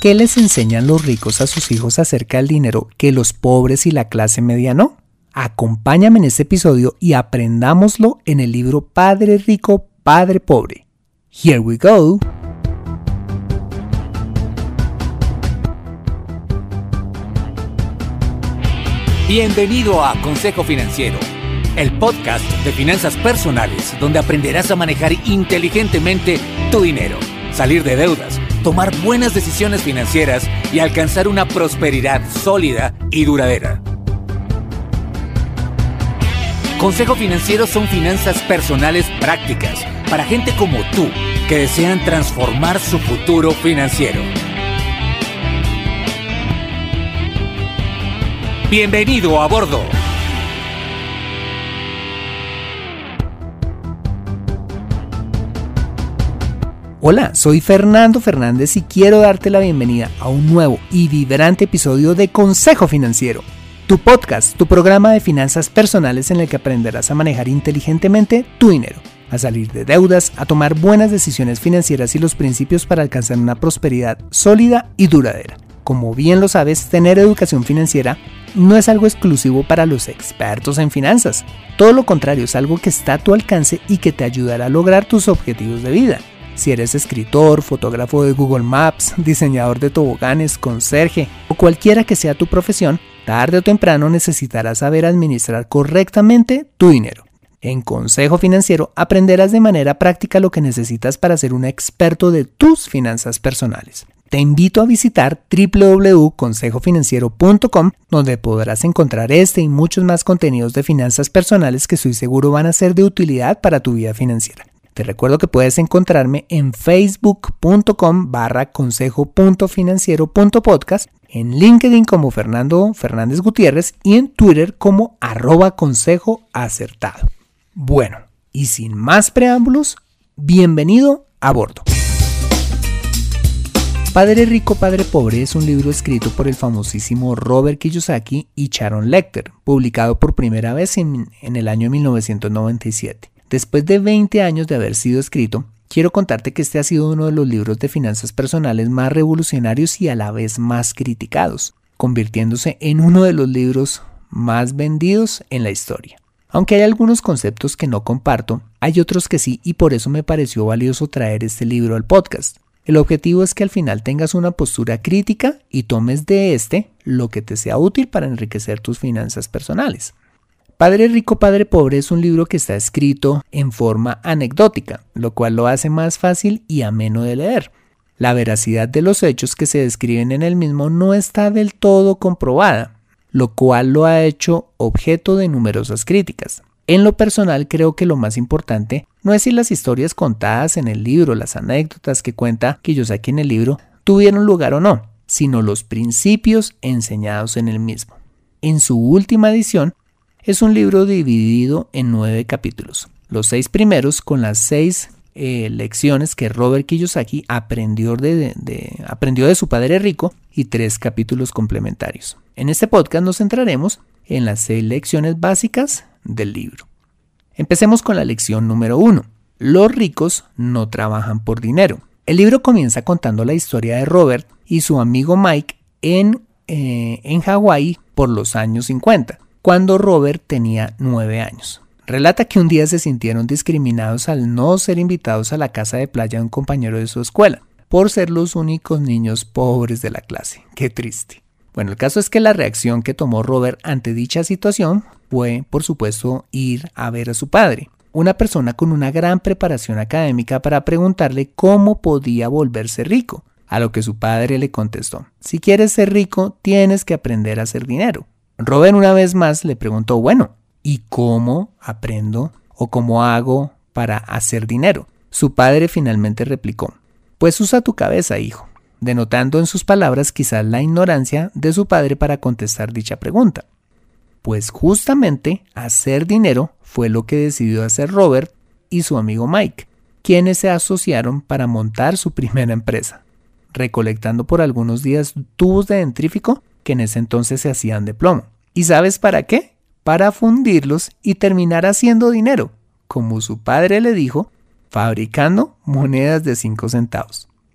¿Qué les enseñan los ricos a sus hijos acerca del dinero que los pobres y la clase media no? Acompáñame en este episodio y aprendámoslo en el libro Padre Rico, Padre Pobre. Here we go. Bienvenido a Consejo Financiero, el podcast de finanzas personales donde aprenderás a manejar inteligentemente tu dinero, salir de deudas, tomar buenas decisiones financieras y alcanzar una prosperidad sólida y duradera. Consejo Financiero son finanzas personales prácticas para gente como tú que desean transformar su futuro financiero. ¡Bienvenido a bordo! Hola, soy Fernando Fernández y quiero darte la bienvenida a un nuevo y vibrante episodio de Consejo Financiero, tu podcast, tu programa de finanzas personales en el que aprenderás a manejar inteligentemente tu dinero, a salir de deudas, a tomar buenas decisiones financieras y los principios para alcanzar una prosperidad sólida y duradera. Como bien lo sabes, tener educación financiera no es algo exclusivo para los expertos en finanzas. Todo lo contrario, es algo que está a tu alcance y que te ayudará a lograr tus objetivos de vida. Si eres escritor, fotógrafo de Google Maps, diseñador de toboganes, conserje o cualquiera que sea tu profesión, tarde o temprano necesitarás saber administrar correctamente tu dinero. En Consejo Financiero aprenderás de manera práctica lo que necesitas para ser un experto de tus finanzas personales. Te invito a visitar www.consejofinanciero.com, donde podrás encontrar este y muchos más contenidos de finanzas personales que estoy seguro van a ser de utilidad para tu vida financiera. Te recuerdo que puedes encontrarme en facebook.com/consejo.financiero.podcast, en LinkedIn como Fernando Fernández Gutiérrez y en Twitter como @consejoacertado. Bueno, y sin más preámbulos, bienvenido a bordo. Padre Rico, Padre Pobre es un libro escrito por el famosísimo Robert Kiyosaki y Sharon Lechter, publicado por primera vez en el año 1997. Después de 20 años de haber sido escrito, quiero contarte que este ha sido uno de los libros de finanzas personales más revolucionarios y a la vez más criticados, convirtiéndose en uno de los libros más vendidos en la historia. Aunque hay algunos conceptos que no comparto, hay otros que sí, y por eso me pareció valioso traer este libro al podcast. El objetivo es que al final tengas una postura crítica y tomes de lo que te sea útil para enriquecer tus finanzas personales. Padre Rico, Padre Pobre es un libro que está escrito en forma anecdótica, lo cual lo hace más fácil y ameno de leer. La veracidad de los hechos que se describen en el mismo no está del todo comprobada, lo cual lo ha hecho objeto de numerosas críticas. En lo personal, creo que lo más importante no es si las historias contadas en el libro, las anécdotas que cuenta Kiyosaki en el libro, tuvieron lugar o no, sino los principios enseñados en el mismo. En su última edición, es un libro dividido en 9 capítulos. Los 6 primeros con las 6 lecciones que Robert Kiyosaki aprendió de su padre rico y 3 capítulos complementarios. En este podcast nos centraremos en las 6 lecciones básicas del libro. Empecemos con la lección número 1. Los ricos no trabajan por dinero. El libro comienza contando la historia de Robert y su amigo Mike en Hawái por los años 50. Cuando Robert tenía 9 años. Relata que un día se sintieron discriminados al no ser invitados a la casa de playa de un compañero de su escuela, por ser los únicos niños pobres de la clase. ¡Qué triste! Bueno, el caso es que la reacción que tomó Robert ante dicha situación fue, por supuesto, ir a ver a su padre, una persona con una gran preparación académica, para preguntarle cómo podía volverse rico, a lo que su padre le contestó: si quieres ser rico, tienes que aprender a hacer dinero. Robert una vez más le preguntó: bueno, ¿y cómo aprendo o cómo hago para hacer dinero? Su padre finalmente replicó: pues usa tu cabeza, hijo, denotando en sus palabras quizás la ignorancia de su padre para contestar dicha pregunta. Pues justamente hacer dinero fue lo que decidió hacer Robert y su amigo Mike, quienes se asociaron para montar su primera empresa, recolectando por algunos días tubos de dentrífico que en ese entonces se hacían de plomo. ¿Y sabes para qué? Para fundirlos y terminar haciendo dinero, como su padre le dijo, fabricando monedas de 5 centavos.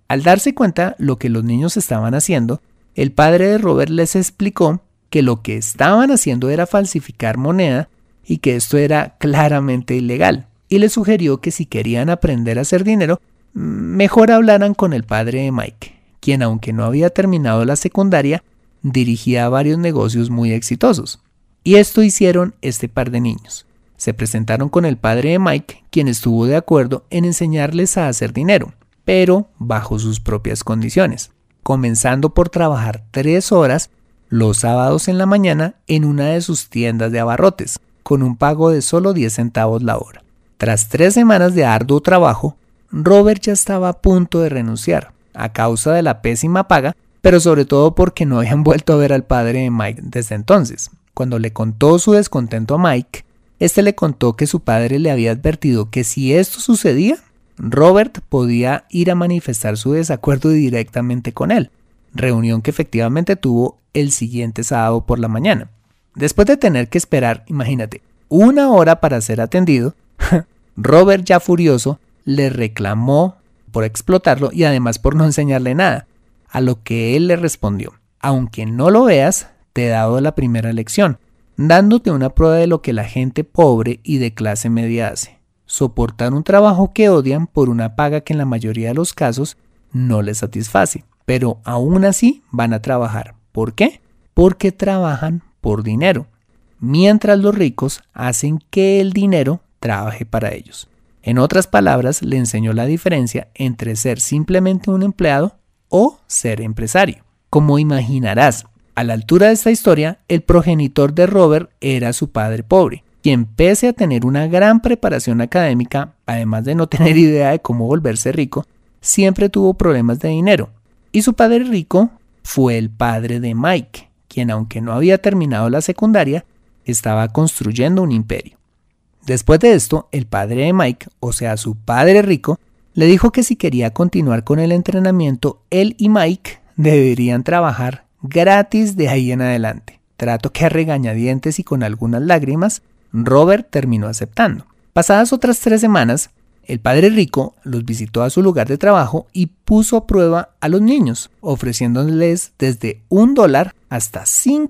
Al darse cuenta lo que los niños estaban haciendo, el padre de Robert les explicó que lo que estaban haciendo era falsificar moneda y que esto era claramente ilegal, y les sugirió que si querían aprender a hacer dinero, mejor hablaran con el padre de Mike, quien aunque no había terminado la secundaria, dirigía varios negocios muy exitosos. Y esto hicieron este par de niños. Se presentaron con el padre de Mike, quien estuvo de acuerdo en enseñarles a hacer dinero, pero bajo sus propias condiciones, comenzando por trabajar 3 horas los sábados en la mañana en una de sus tiendas de abarrotes, con un pago de solo 10 centavos la hora. Tras 3 semanas de arduo trabajo, Robert ya estaba a punto de renunciar, a causa de la pésima paga, pero sobre todo porque no habían vuelto a ver al padre de Mike desde entonces. Cuando le contó su descontento a Mike, este le contó que su padre le había advertido que si esto sucedía, Robert podía ir a manifestar su desacuerdo directamente con él, reunión que efectivamente tuvo el siguiente sábado por la mañana. Después de tener que esperar, imagínate, 1 hora para ser atendido, Robert, ya furioso, le reclamó por explotarlo y además por no enseñarle nada, a lo que él le respondió: aunque no lo veas, te he dado la primera lección, dándote una prueba de lo que la gente pobre y de clase media hace: soportar un trabajo que odian por una paga que en la mayoría de los casos no les satisface, pero aún así van a trabajar. ¿Por qué? Porque trabajan por dinero, mientras los ricos hacen que el dinero trabaje para ellos. En otras palabras, le enseñó la diferencia entre ser simplemente un empleado o ser empresario. Como imaginarás, a la altura de esta historia, el progenitor de Robert era su padre pobre, quien pese a tener una gran preparación académica, además de no tener idea de cómo volverse rico, siempre tuvo problemas de dinero. Y su padre rico fue el padre de Mike, quien aunque no había terminado la secundaria, estaba construyendo un imperio. Después de esto, el padre de Mike, o sea su padre rico, le dijo que si quería continuar con el entrenamiento, él y Mike deberían trabajar gratis de ahí en adelante. Trato que a regañadientes y con algunas lágrimas, Robert terminó aceptando. Pasadas otras 3 semanas, el padre rico los visitó a su lugar de trabajo y puso a prueba a los niños, ofreciéndoles desde $1 hasta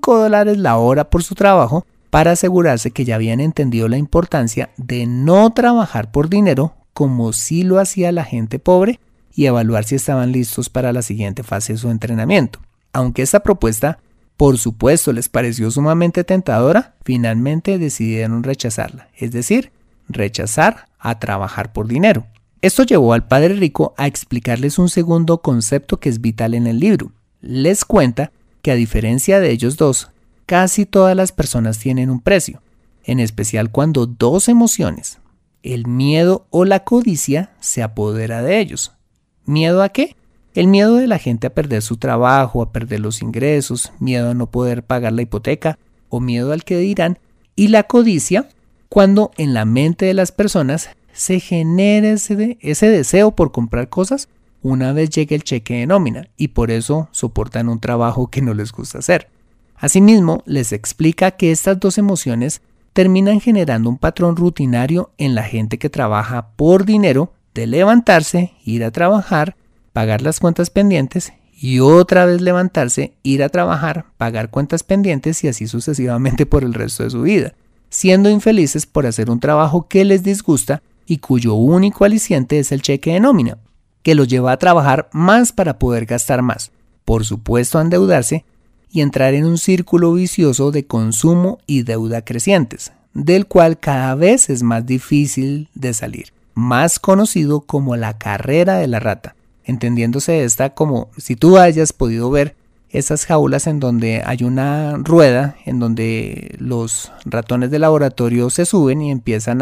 $5 la hora por su trabajo, para asegurarse que ya habían entendido la importancia de no trabajar por dinero como sí lo hacía la gente pobre y evaluar si estaban listos para la siguiente fase de su entrenamiento. Aunque esta propuesta, por supuesto, les pareció sumamente tentadora, finalmente decidieron rechazarla, es decir, rechazar a trabajar por dinero. Esto llevó al padre rico a explicarles un segundo concepto que es vital en el libro. Les cuenta que a diferencia de ellos dos, casi todas las personas tienen un precio, en especial cuando 2 emociones, el miedo o la codicia, se apodera de ellos. ¿Miedo a qué? El miedo de la gente a perder su trabajo, a perder los ingresos, miedo a no poder pagar la hipoteca o miedo al que dirán, y la codicia, cuando en la mente de las personas se genera ese deseo por comprar cosas una vez llegue el cheque de nómina y por eso soportan un trabajo que no les gusta hacer. Asimismo, les explica que estas 2 emociones terminan generando un patrón rutinario en la gente que trabaja por dinero, de levantarse, ir a trabajar, pagar las cuentas pendientes y otra vez levantarse, ir a trabajar, pagar cuentas pendientes y así sucesivamente por el resto de su vida, siendo infelices por hacer un trabajo que les disgusta y cuyo único aliciente es el cheque de nómina, que los lleva a trabajar más para poder gastar más, por supuesto a endeudarse y entrar en un círculo vicioso de consumo y deuda crecientes, del cual cada vez es más difícil de salir, más conocido como la carrera de la rata, entendiéndose esta como si tú hayas podido ver esas jaulas en donde hay una rueda en donde los ratones de laboratorio se suben y empiezan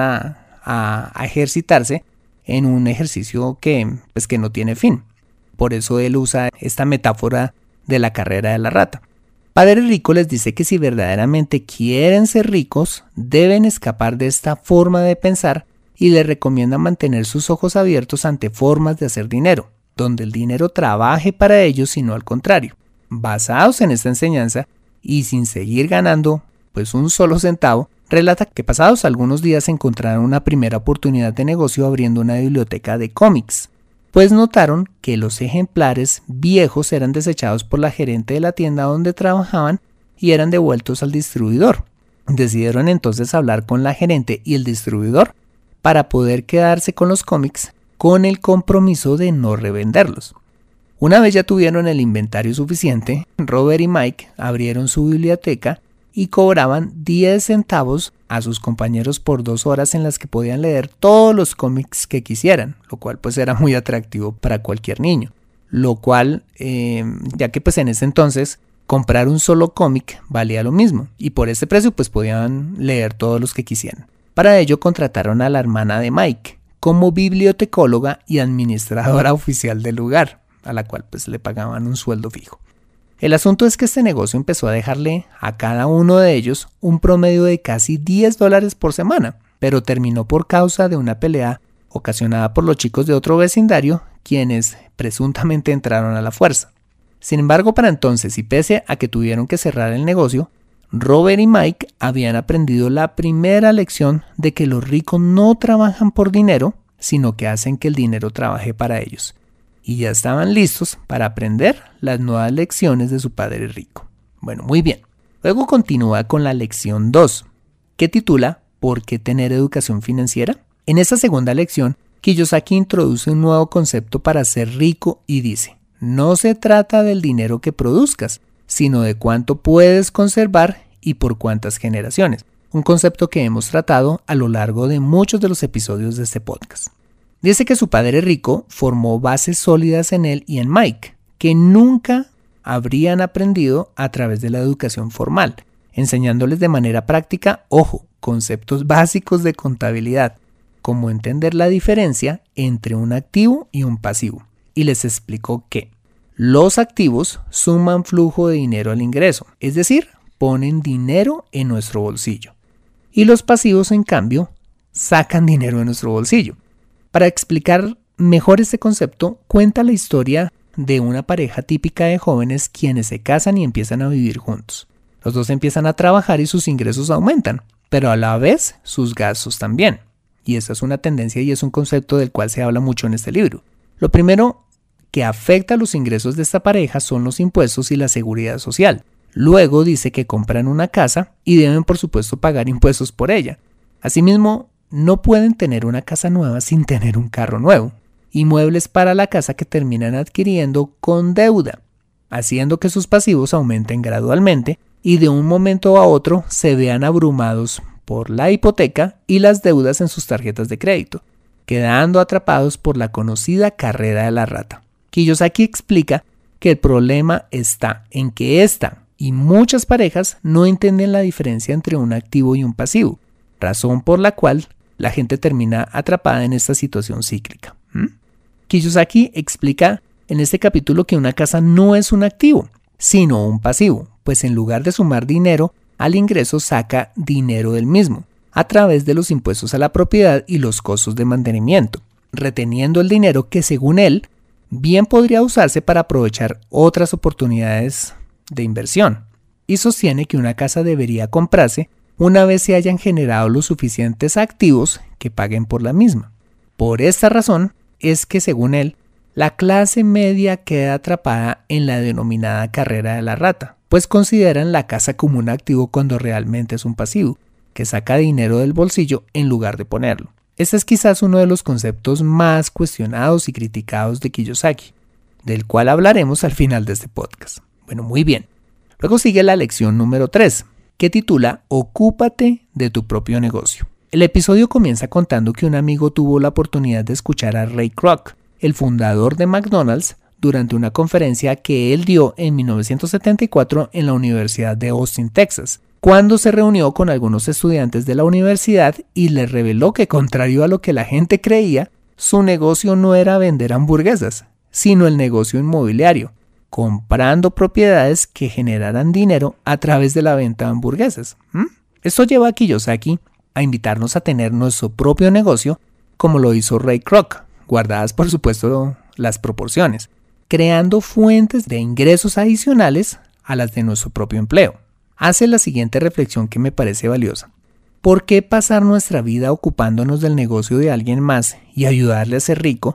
a ejercitarse en un ejercicio que no tiene fin. Por eso él usa esta metáfora de la carrera de la rata. Padre Rico les dice que si verdaderamente quieren ser ricos, deben escapar de esta forma de pensar y les recomienda mantener sus ojos abiertos ante formas de hacer dinero, donde el dinero trabaje para ellos y no al contrario. Basados en esta enseñanza y sin seguir ganando un solo centavo, relata que pasados algunos días encontraron una primera oportunidad de negocio abriendo una biblioteca de cómics. pues notaron que los ejemplares viejos eran desechados por la gerente de la tienda donde trabajaban y eran devueltos al distribuidor. Decidieron entonces hablar con la gerente y el distribuidor para poder quedarse con los cómics con el compromiso de no revenderlos. Una vez ya tuvieron el inventario suficiente, Robert y Mike abrieron su biblioteca y cobraban 10 centavos a sus compañeros por 2 horas en las que podían leer todos los cómics que quisieran, lo cual pues era muy atractivo para cualquier niño. Lo cual, ya que pues en ese entonces comprar un solo cómic valía lo mismo y por ese precio pues podían leer todos los que quisieran. Para ello contrataron a la hermana de Mike como bibliotecóloga y administradora oficial del lugar, a la cual pues le pagaban un sueldo fijo. El asunto es que este negocio empezó a dejarle a cada uno de ellos un promedio de casi $10 por semana, pero terminó por causa de una pelea ocasionada por los chicos de otro vecindario, quienes presuntamente entraron a la fuerza. Sin embargo, para entonces, y pese a que tuvieron que cerrar el negocio, Robert y Mike habían aprendido la primera lección de que los ricos no trabajan por dinero, sino que hacen que el dinero trabaje para ellos. Y ya estaban listos para aprender las nuevas lecciones de su padre rico. Bueno, muy bien. Luego continúa con la lección 2, que titula ¿Por qué tener educación financiera? En esta segunda lección, Kiyosaki introduce un nuevo concepto para ser rico y dice: no se trata del dinero que produzcas, sino de cuánto puedes conservar y por cuántas generaciones. Un concepto que hemos tratado a lo largo de muchos de los episodios de este podcast. Dice que su padre rico formó bases sólidas en él y en Mike, que nunca habrían aprendido a través de la educación formal, enseñándoles de manera práctica, conceptos básicos de contabilidad, como entender la diferencia entre un activo y un pasivo. Y les explicó que los activos suman flujo de dinero al ingreso, es decir, ponen dinero en nuestro bolsillo. Y los pasivos, en cambio, sacan dinero de nuestro bolsillo. Para explicar mejor este concepto, cuenta la historia de una pareja típica de jóvenes quienes se casan y empiezan a vivir juntos. Los dos empiezan a trabajar y sus ingresos aumentan, pero a la vez sus gastos también. Y esa es una tendencia y es un concepto del cual se habla mucho en este libro. Lo primero que afecta a los ingresos de esta pareja son los impuestos y la seguridad social. Luego dice que compran una casa y deben por supuesto pagar impuestos por ella. Asimismo, no pueden tener una casa nueva sin tener un carro nuevo y muebles para la casa que terminan adquiriendo con deuda, haciendo que sus pasivos aumenten gradualmente y de un momento a otro se vean abrumados por la hipoteca y las deudas en sus tarjetas de crédito, quedando atrapados por la conocida carrera de la rata. Kiyosaki explica que el problema está en que esta y muchas parejas no entienden la diferencia entre un activo y un pasivo, razón por la cual la gente termina atrapada en esta situación cíclica. Kiyosaki explica en este capítulo que una casa no es un activo, sino un pasivo, pues en lugar de sumar dinero al ingreso saca dinero del mismo, a través de los impuestos a la propiedad y los costos de mantenimiento, reteniendo el dinero que según él bien podría usarse para aprovechar otras oportunidades de inversión, y sostiene que una casa debería comprarse una vez se hayan generado los suficientes activos que paguen por la misma. Por esta razón es que, según él, la clase media queda atrapada en la denominada carrera de la rata, pues consideran la casa como un activo cuando realmente es un pasivo, que saca dinero del bolsillo en lugar de ponerlo. Este es quizás uno de los conceptos más cuestionados y criticados de Kiyosaki, del cual hablaremos al final de este podcast. Bueno, muy bien. Luego sigue la lección número 3, que titula Ocúpate de tu propio negocio. El episodio comienza contando que un amigo tuvo la oportunidad de escuchar a Ray Kroc, el fundador de McDonald's, durante una conferencia que él dio en 1974 en la Universidad de Austin, Texas, cuando se reunió con algunos estudiantes de la universidad y les reveló que, contrario a lo que la gente creía, su negocio no era vender hamburguesas, sino el negocio inmobiliario, comprando propiedades que generaran dinero a través de la venta de hamburguesas. Esto lleva a Kiyosaki a invitarnos a tener nuestro propio negocio, como lo hizo Ray Kroc, guardadas por supuesto las proporciones, creando fuentes de ingresos adicionales a las de nuestro propio empleo. Hace la siguiente reflexión que me parece valiosa. ¿Por qué pasar nuestra vida ocupándonos del negocio de alguien más y ayudarle a ser rico,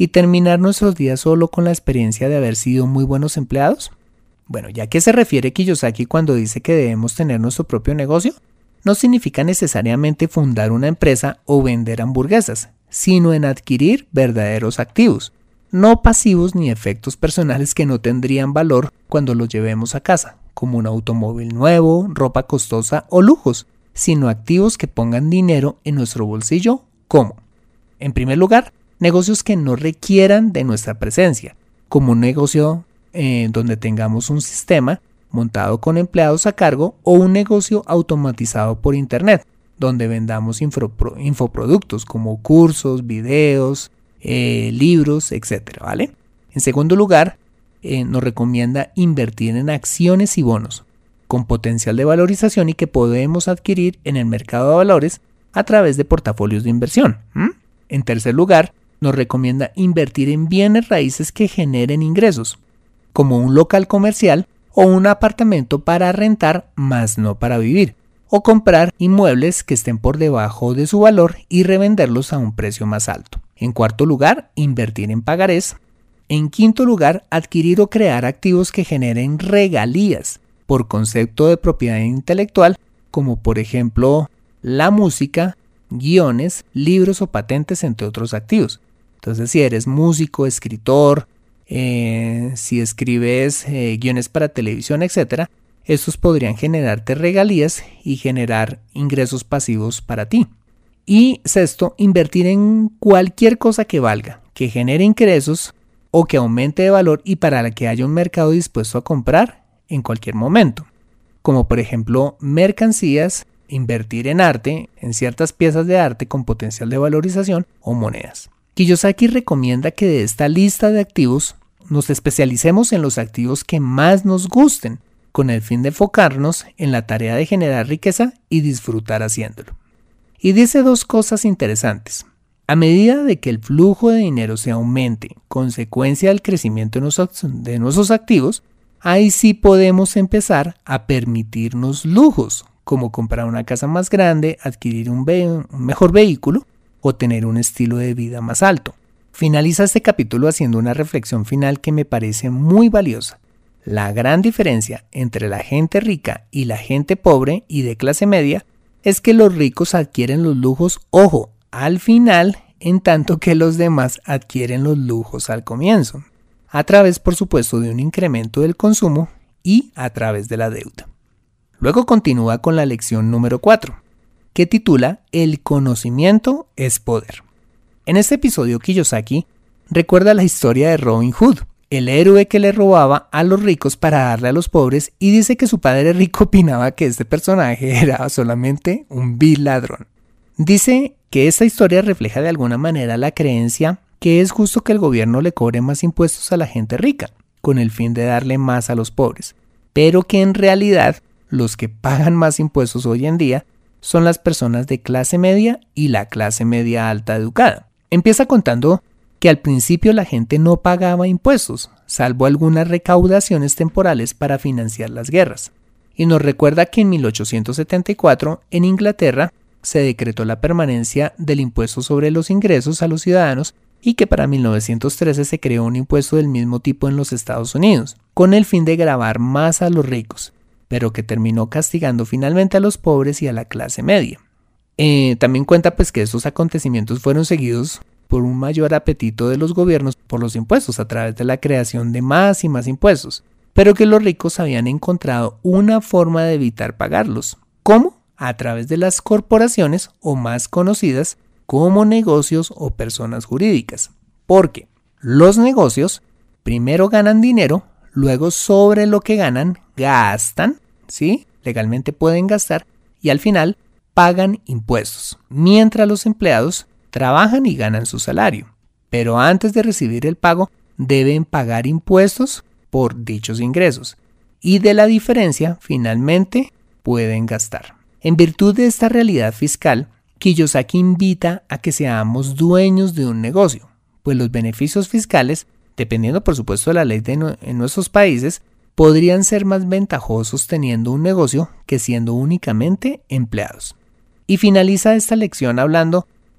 y terminar nuestros días solo con la experiencia de haber sido muy buenos empleados? Bueno, ¿ya qué se refiere Kiyosaki cuando dice que debemos tener nuestro propio negocio? No significa necesariamente fundar una empresa o vender hamburguesas, sino en adquirir verdaderos activos, no pasivos ni efectos personales que no tendrían valor cuando los llevemos a casa, como un automóvil nuevo, ropa costosa o lujos, sino activos que pongan dinero en nuestro bolsillo, como, en primer lugar, negocios que no requieran de nuestra presencia, como un negocio donde tengamos un sistema montado con empleados a cargo o un negocio automatizado por internet, donde vendamos infoproductos como cursos, videos, libros, etc. ¿Vale? En segundo lugar, nos recomienda invertir en acciones y bonos con potencial de valorización y que podemos adquirir en el mercado de valores a través de portafolios de inversión. En tercer lugar, nos recomienda invertir en bienes raíces que generen ingresos, como un local comercial o un apartamento para rentar, más no para vivir, o comprar inmuebles que estén por debajo de su valor y revenderlos a un precio más alto. En cuarto lugar, invertir en pagarés. En quinto lugar, adquirir o crear activos que generen regalías por concepto de propiedad intelectual, como por ejemplo la música, guiones, libros o patentes, entre otros activos. Entonces, si eres músico, escritor, si escribes guiones para televisión, etc., estos podrían generarte regalías y generar ingresos pasivos para ti. Y sexto, invertir en cualquier cosa que valga, que genere ingresos o que aumente de valor y para la que haya un mercado dispuesto a comprar en cualquier momento. Como por ejemplo mercancías, invertir en arte, en ciertas piezas de arte con potencial de valorización o monedas. Kiyosaki recomienda que de esta lista de activos nos especialicemos en los activos que más nos gusten, con el fin de enfocarnos en la tarea de generar riqueza y disfrutar haciéndolo. Y dice dos cosas interesantes. A medida de que el flujo de dinero se aumente, consecuencia del crecimiento de nuestros activos, ahí sí podemos empezar a permitirnos lujos, como comprar una casa más grande, adquirir un mejor vehículo o tener un estilo de vida más alto. Finaliza este capítulo haciendo una reflexión final que me parece muy valiosa. La gran diferencia entre la gente rica y la gente pobre y de clase media es que los ricos adquieren los lujos, ojo, al final, en tanto que los demás adquieren los lujos al comienzo, a través, por supuesto, de un incremento del consumo y a través de la deuda. Luego continúa con la lección número 4, que titula El conocimiento es poder. En este episodio, Kiyosaki recuerda la historia de Robin Hood, el héroe que le robaba a los ricos para darle a los pobres, y dice que su padre rico opinaba que este personaje era solamente un vil ladrón. Dice que esta historia refleja de alguna manera la creencia que es justo que el gobierno le cobre más impuestos a la gente rica, con el fin de darle más a los pobres, pero que en realidad los que pagan más impuestos hoy en día son las personas de clase media y la clase media alta educada. Empieza contando que al principio la gente no pagaba impuestos, salvo algunas recaudaciones temporales para financiar las guerras. Y nos recuerda que en 1874, en Inglaterra, se decretó la permanencia del impuesto sobre los ingresos a los ciudadanos y que para 1913 se creó un impuesto del mismo tipo en los Estados Unidos, con el fin de gravar más a los ricos, pero que terminó castigando finalmente a los pobres y a la clase media. También cuenta pues que estos acontecimientos fueron seguidos por un mayor apetito de los gobiernos por los impuestos a través de la creación de más y más impuestos, pero que los ricos habían encontrado una forma de evitar pagarlos. ¿Cómo? A través de las corporaciones o más conocidas como negocios o personas jurídicas. Porque los negocios primero ganan dinero, luego sobre lo que ganan gastan, ¿sí? Legalmente pueden gastar y al final pagan impuestos, mientras los empleados trabajan y ganan su salario. Pero antes de recibir el pago deben pagar impuestos por dichos ingresos y de la diferencia finalmente pueden gastar. En virtud de esta realidad fiscal, Kiyosaki invita a que seamos dueños de un negocio, pues los beneficios fiscales, dependiendo por supuesto de la ley en nuestros países, podrían ser más ventajosos teniendo un negocio que siendo únicamente empleados. Y finaliza esta lección hablando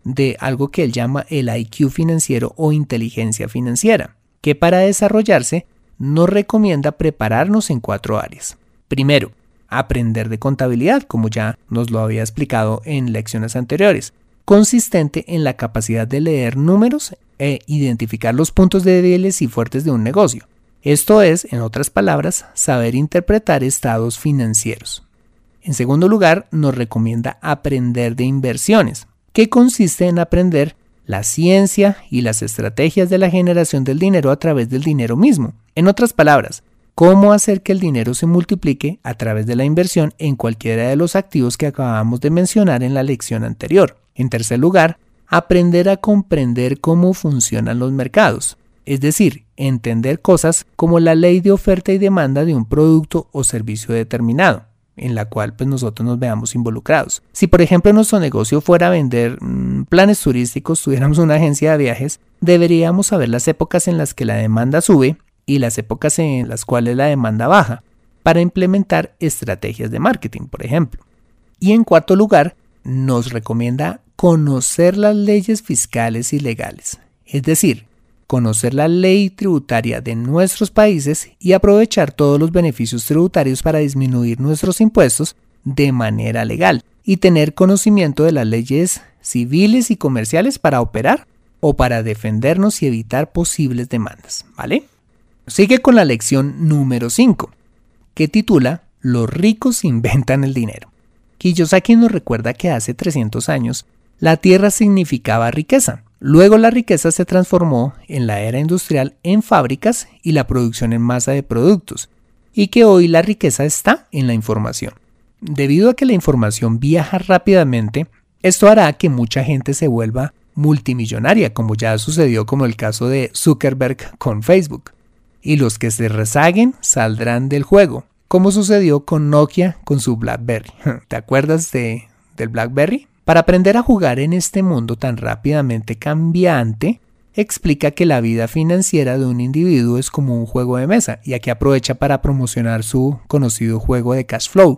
de algo que él llama el IQ financiero o inteligencia financiera, que para desarrollarse nos recomienda prepararnos en 4 áreas. Primero, aprender de contabilidad, como ya nos lo había explicado en lecciones anteriores, consistente en la capacidad de leer números e identificar los puntos débiles y fuertes de un negocio. Esto es, en otras palabras, saber interpretar estados financieros. En segundo lugar, nos recomienda aprender de inversiones, que consiste en aprender la ciencia y las estrategias de la generación del dinero a través del dinero mismo. En otras palabras, cómo hacer que el dinero se multiplique a través de la inversión en cualquiera de los activos que acabamos de mencionar en la lección anterior. En tercer lugar, aprender a comprender cómo funcionan los mercados, es decir, entender cosas como la ley de oferta y demanda de un producto o servicio determinado, en la cual nosotros nos veamos involucrados. Si por ejemplo nuestro negocio fuera vender planes turísticos, tuviéramos una agencia de viajes, deberíamos saber las épocas en las que la demanda sube y las épocas en las cuales la demanda baja, para implementar estrategias de marketing, por ejemplo. Y en cuarto lugar, nos recomienda conocer las leyes fiscales y legales, es decir, conocer la ley tributaria de nuestros países y aprovechar todos los beneficios tributarios para disminuir nuestros impuestos de manera legal y tener conocimiento de las leyes civiles y comerciales para operar o para defendernos y evitar posibles demandas, ¿vale? Sigue con la lección número 5, que titula Los ricos inventan el dinero. Kiyosaki nos recuerda que hace 300 años la tierra significaba riqueza. Luego la riqueza se transformó en la era industrial en fábricas y la producción en masa de productos, y que hoy la riqueza está en la información. Debido a que la información viaja rápidamente, esto hará que mucha gente se vuelva multimillonaria, como ya sucedió como el caso de Zuckerberg con Facebook. Y los que se rezaguen saldrán del juego, como sucedió con Nokia con su BlackBerry. ¿Te acuerdas del BlackBerry? Para aprender a jugar en este mundo tan rápidamente cambiante, explica que la vida financiera de un individuo es como un juego de mesa, y aquí aprovecha para promocionar su conocido juego de cash flow.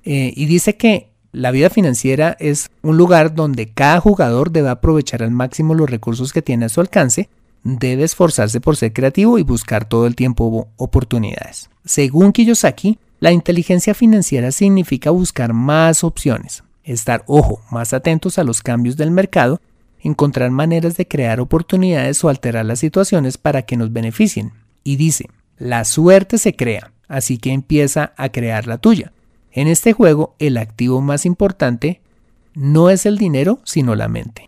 Y dice que la vida financiera es un lugar donde cada jugador debe aprovechar al máximo los recursos que tiene a su alcance, debe esforzarse por ser creativo y buscar todo el tiempo oportunidades. Según Kiyosaki, la inteligencia financiera significa buscar más opciones, estar, más atentos a los cambios del mercado, encontrar maneras de crear oportunidades o alterar las situaciones para que nos beneficien. Y dice, la suerte se crea, así que empieza a crear la tuya. En este juego, el activo más importante no es el dinero, sino la mente.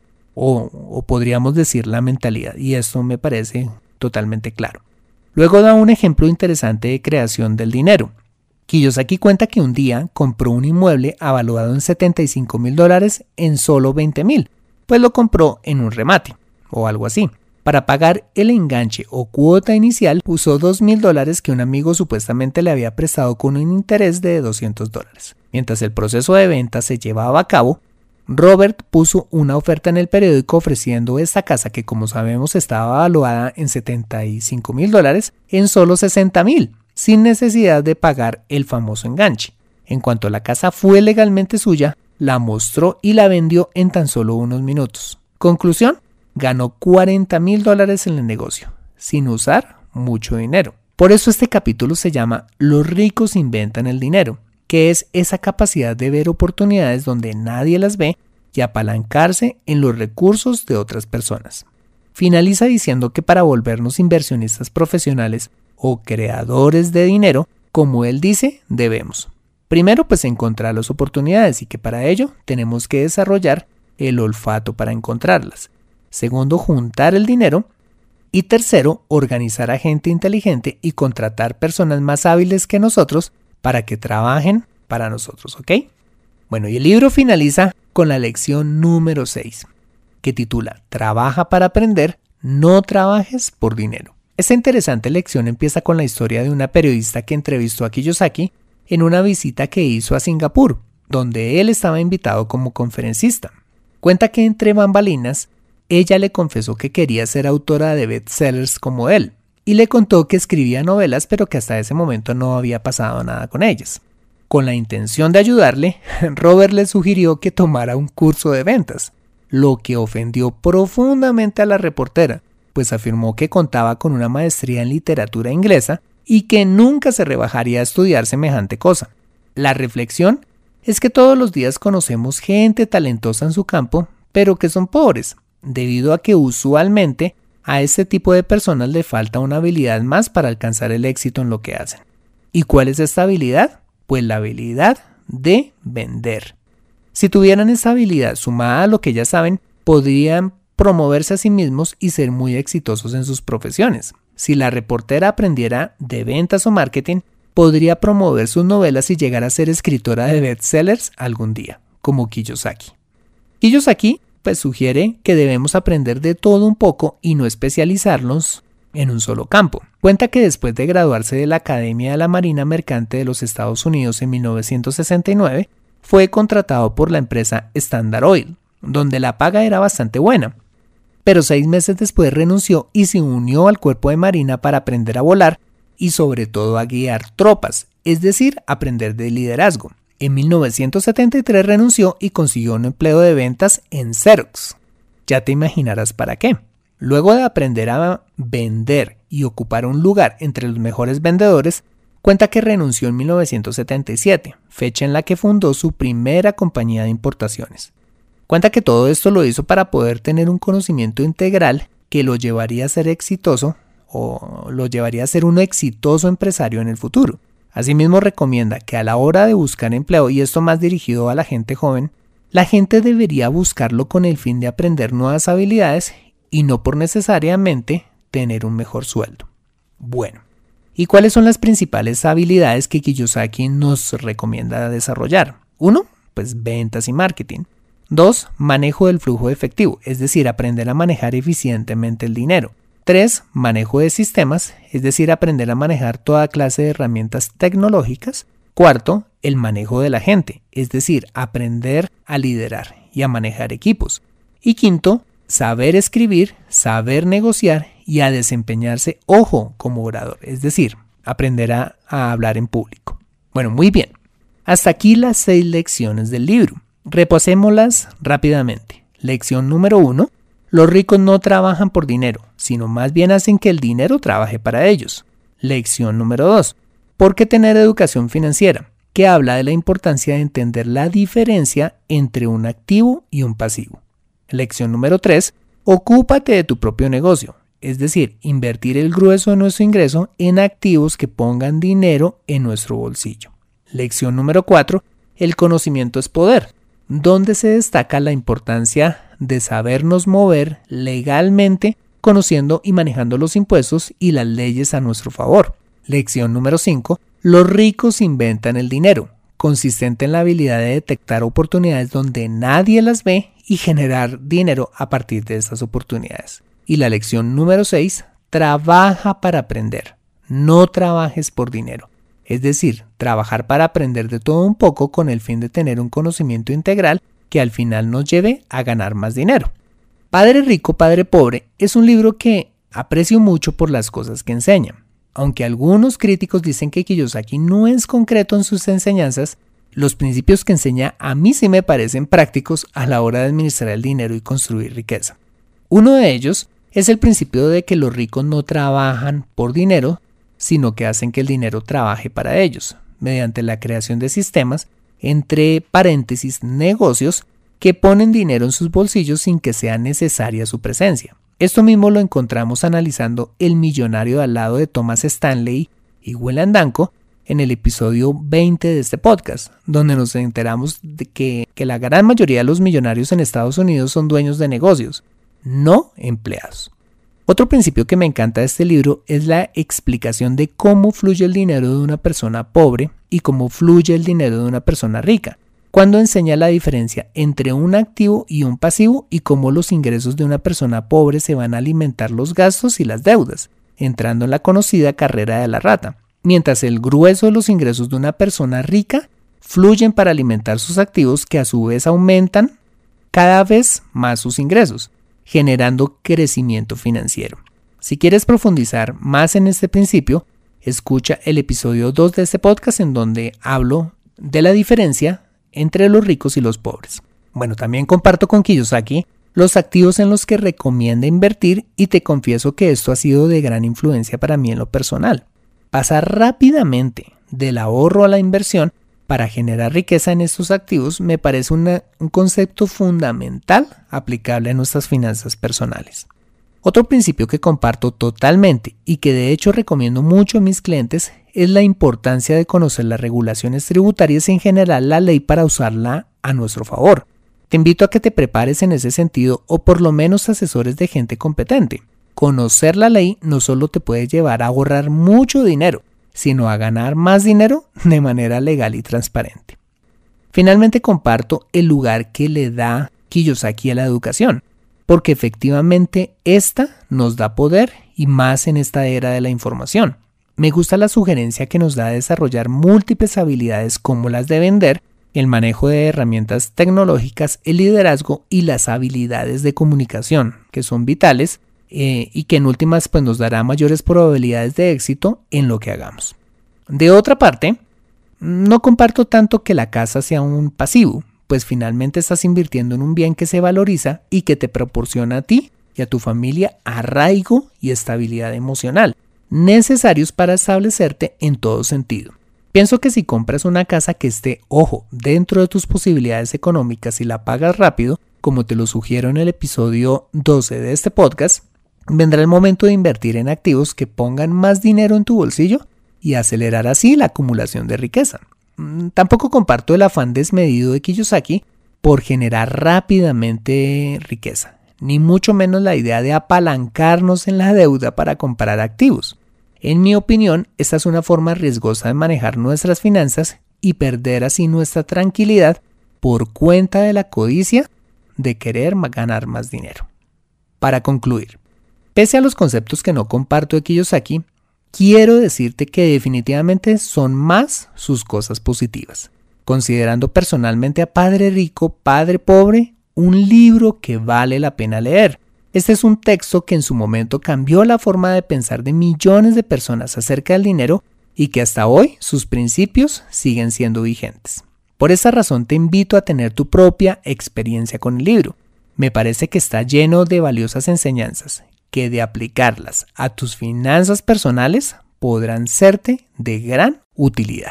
O podríamos decir la mentalidad, y esto me parece totalmente claro. Luego da un ejemplo interesante de creación del dinero. Kiyosaki cuenta que un día compró un inmueble avaluado en $75,000 en solo $20,000, pues lo compró en un remate, o algo así. Para pagar el enganche o cuota inicial, usó $2,000 que un amigo supuestamente le había prestado con un interés de $200. Mientras el proceso de venta se llevaba a cabo, Robert puso una oferta en el periódico ofreciendo esta casa que, como sabemos, estaba valuada en $75,000 en solo $60,000. Sin necesidad de pagar el famoso enganche. En cuanto la casa fue legalmente suya, la mostró y la vendió en tan solo unos minutos. Conclusión, ganó $40,000 en el negocio, sin usar mucho dinero. Por eso este capítulo se llama Los ricos inventan el dinero, que es esa capacidad de ver oportunidades donde nadie las ve y apalancarse en los recursos de otras personas. Finaliza diciendo que para volvernos inversionistas profesionales o creadores de dinero, como él dice, debemos primero encontrar las oportunidades, y que para ello tenemos que desarrollar el olfato para encontrarlas. Segundo, juntar el dinero. Y tercero, organizar a gente inteligente y contratar personas más hábiles que nosotros para que trabajen para nosotros, ¿ok? Bueno, y el libro finaliza con la lección número 6, que titula Trabaja para aprender, no trabajes por dinero. Esta interesante lección empieza con la historia de una periodista que entrevistó a Kiyosaki en una visita que hizo a Singapur, donde él estaba invitado como conferencista. Cuenta que entre bambalinas, ella le confesó que quería ser autora de bestsellers como él, y le contó que escribía novelas, pero que hasta ese momento no había pasado nada con ellas. Con la intención de ayudarle, Robert le sugirió que tomara un curso de ventas, lo que ofendió profundamente a la reportera, pues afirmó que contaba con una maestría en literatura inglesa y que nunca se rebajaría a estudiar semejante cosa. La reflexión es que todos los días conocemos gente talentosa en su campo, pero que son pobres, debido a que usualmente a este tipo de personas le falta una habilidad más para alcanzar el éxito en lo que hacen. ¿Y cuál es esta habilidad? Pues la habilidad de vender. Si tuvieran esa habilidad sumada a lo que ya saben, podrían promoverse a sí mismos y ser muy exitosos en sus profesiones. Si la reportera aprendiera de ventas o marketing, podría promover sus novelas y llegar a ser escritora de bestsellers algún día, como Kiyosaki. Kiyosaki pues sugiere que debemos aprender de todo un poco y no especializarnos en un solo campo. Cuenta que después de graduarse de la Academia de la Marina Mercante de los Estados Unidos en 1969, fue contratado por la empresa Standard Oil, donde la paga era bastante buena. Pero 6 meses después renunció y se unió al cuerpo de Marina para aprender a volar y sobre todo a guiar tropas, es decir, aprender de liderazgo. En 1973 renunció y consiguió un empleo de ventas en Xerox. Ya te imaginarás para qué. Luego de aprender a vender y ocupar un lugar entre los mejores vendedores, cuenta que renunció en 1977, fecha en la que fundó su primera compañía de importaciones. Cuenta que todo esto lo hizo para poder tener un conocimiento integral que lo llevaría a ser exitoso o lo llevaría a ser un exitoso empresario en el futuro. Asimismo recomienda que a la hora de buscar empleo, y esto más dirigido a la gente joven, la gente debería buscarlo con el fin de aprender nuevas habilidades y no por necesariamente tener un mejor sueldo. Bueno, ¿y cuáles son las principales habilidades que Kiyosaki nos recomienda desarrollar? 1, pues ventas y marketing. 2, manejo del flujo de efectivo, es decir, aprender a manejar eficientemente el dinero. 3, manejo de sistemas, es decir, aprender a manejar toda clase de herramientas tecnológicas. 4, el manejo de la gente, es decir, aprender a liderar y a manejar equipos. Y 5, saber escribir, saber negociar y a desempeñarse, ojo, como orador, es decir, aprender a hablar en público. Bueno, muy bien. Hasta aquí las 6 lecciones del libro. Repasémoslas rápidamente. Lección número 1. Los ricos no trabajan por dinero, sino más bien hacen que el dinero trabaje para ellos. Lección número 2. ¿Por qué tener educación financiera? Que habla de la importancia de entender la diferencia entre un activo y un pasivo. Lección número 3. Ocúpate de tu propio negocio, es decir, invertir el grueso de nuestro ingreso en activos que pongan dinero en nuestro bolsillo. Lección número 4. El conocimiento es poder, donde se destaca la importancia de sabernos mover legalmente, conociendo y manejando los impuestos y las leyes a nuestro favor. Lección número 5. Los ricos inventan el dinero, consistente en la habilidad de detectar oportunidades donde nadie las ve y generar dinero a partir de estas oportunidades. Y la lección número 6. Trabaja para aprender, no trabajes por dinero. Es decir, trabajar para aprender de todo un poco con el fin de tener un conocimiento integral que al final nos lleve a ganar más dinero. Padre Rico, Padre Pobre es un libro que aprecio mucho por las cosas que enseña. Aunque algunos críticos dicen que Kiyosaki no es concreto en sus enseñanzas, los principios que enseña a mí sí me parecen prácticos a la hora de administrar el dinero y construir riqueza. Uno de ellos es el principio de que los ricos no trabajan por dinero, sino que hacen que el dinero trabaje para ellos, mediante la creación de sistemas, entre paréntesis, negocios, que ponen dinero en sus bolsillos sin que sea necesaria su presencia. Esto mismo lo encontramos analizando El millonario al lado de Thomas Stanley y Willem Danko en el episodio 20 de este podcast, donde nos enteramos de que la gran mayoría de los millonarios en Estados Unidos son dueños de negocios, no empleados. Otro principio que me encanta de este libro es la explicación de cómo fluye el dinero de una persona pobre y cómo fluye el dinero de una persona rica, cuando enseña la diferencia entre un activo y un pasivo y cómo los ingresos de una persona pobre se van a alimentar los gastos y las deudas, entrando en la conocida carrera de la rata, mientras el grueso de los ingresos de una persona rica fluyen para alimentar sus activos que a su vez aumentan cada vez más sus ingresos, generando crecimiento financiero. Si quieres profundizar más en este principio, escucha el episodio 2 de este podcast en donde hablo de la diferencia entre los ricos y los pobres. Bueno, también comparto con Kiyosaki los activos en los que recomienda invertir, y te confieso que esto ha sido de gran influencia para mí en lo personal. Pasar rápidamente del ahorro a la inversión para generar riqueza en estos activos me parece un concepto fundamental aplicable a nuestras finanzas personales. Otro principio que comparto totalmente y que de hecho recomiendo mucho a mis clientes es la importancia de conocer las regulaciones tributarias y en general la ley para usarla a nuestro favor. Te invito a que te prepares en ese sentido o por lo menos asesores de gente competente. Conocer la ley no solo te puede llevar a ahorrar mucho dinero, sino a ganar más dinero de manera legal y transparente. Finalmente comparto el lugar que le da Kiyosaki a la educación, porque efectivamente esta nos da poder y más en esta era de la información. Me gusta la sugerencia que nos da de desarrollar múltiples habilidades como las de vender, el manejo de herramientas tecnológicas, el liderazgo y las habilidades de comunicación, que son vitales y que en últimas pues, nos dará mayores probabilidades de éxito en lo que hagamos. De otra parte, no comparto tanto que la casa sea un pasivo, pues finalmente estás invirtiendo en un bien que se valoriza y que te proporciona a ti y a tu familia arraigo y estabilidad emocional, necesarios para establecerte en todo sentido. Pienso que si compras una casa que esté, dentro de tus posibilidades económicas y la pagas rápido, como te lo sugiero en el episodio 12 de este podcast, vendrá el momento de invertir en activos que pongan más dinero en tu bolsillo y acelerar así la acumulación de riqueza. Tampoco comparto el afán desmedido de Kiyosaki por generar rápidamente riqueza, ni mucho menos la idea de apalancarnos en la deuda para comprar activos. En mi opinión, esta es una forma riesgosa de manejar nuestras finanzas y perder así nuestra tranquilidad por cuenta de la codicia de querer ganar más dinero. Para concluir, pese a los conceptos que no comparto de Kiyosaki, quiero decirte que definitivamente son más sus cosas positivas. Considerando personalmente a Padre Rico, Padre Pobre, un libro que vale la pena leer. Este es un texto que en su momento cambió la forma de pensar de millones de personas acerca del dinero y que hasta hoy sus principios siguen siendo vigentes. Por esa razón te invito a tener tu propia experiencia con el libro. Me parece que está lleno de valiosas enseñanzas que de aplicarlas a tus finanzas personales podrán serte de gran utilidad.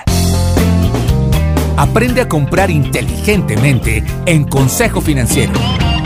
Aprende a comprar inteligentemente en Consejo Financiero.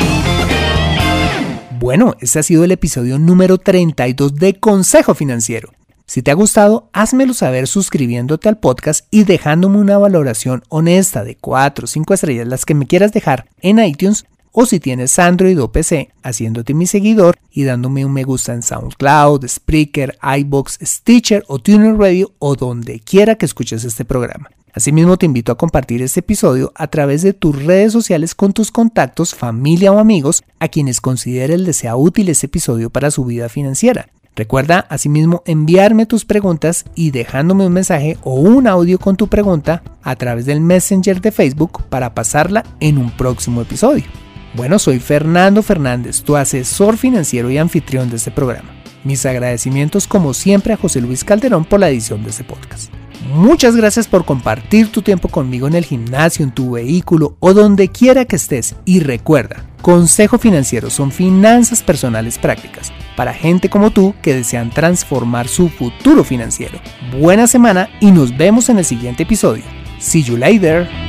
Bueno, este ha sido el episodio número 32 de Consejo Financiero. Si te ha gustado, házmelo saber suscribiéndote al podcast y dejándome una valoración honesta de 4 o 5 estrellas, las que me quieras dejar en iTunes, o si tienes Android o PC, haciéndote mi seguidor y dándome un me gusta en SoundCloud, Spreaker, iVoox, Stitcher o TuneIn Radio o donde quiera que escuches este programa. Asimismo, te invito a compartir este episodio a través de tus redes sociales con tus contactos, familia o amigos a quienes consideres les sea útil este episodio para su vida financiera. Recuerda asimismo enviarme tus preguntas y dejándome un mensaje o un audio con tu pregunta a través del Messenger de Facebook para pasarla en un próximo episodio. Bueno, soy Fernando Fernández, tu asesor financiero y anfitrión de este programa. Mis agradecimientos como siempre a José Luis Calderón por la edición de este podcast. Muchas gracias por compartir tu tiempo conmigo en el gimnasio, en tu vehículo o donde quiera que estés. Y recuerda, Consejo Financiero son finanzas personales prácticas para gente como tú que desean transformar su futuro financiero. Buena semana y nos vemos en el siguiente episodio. See you later.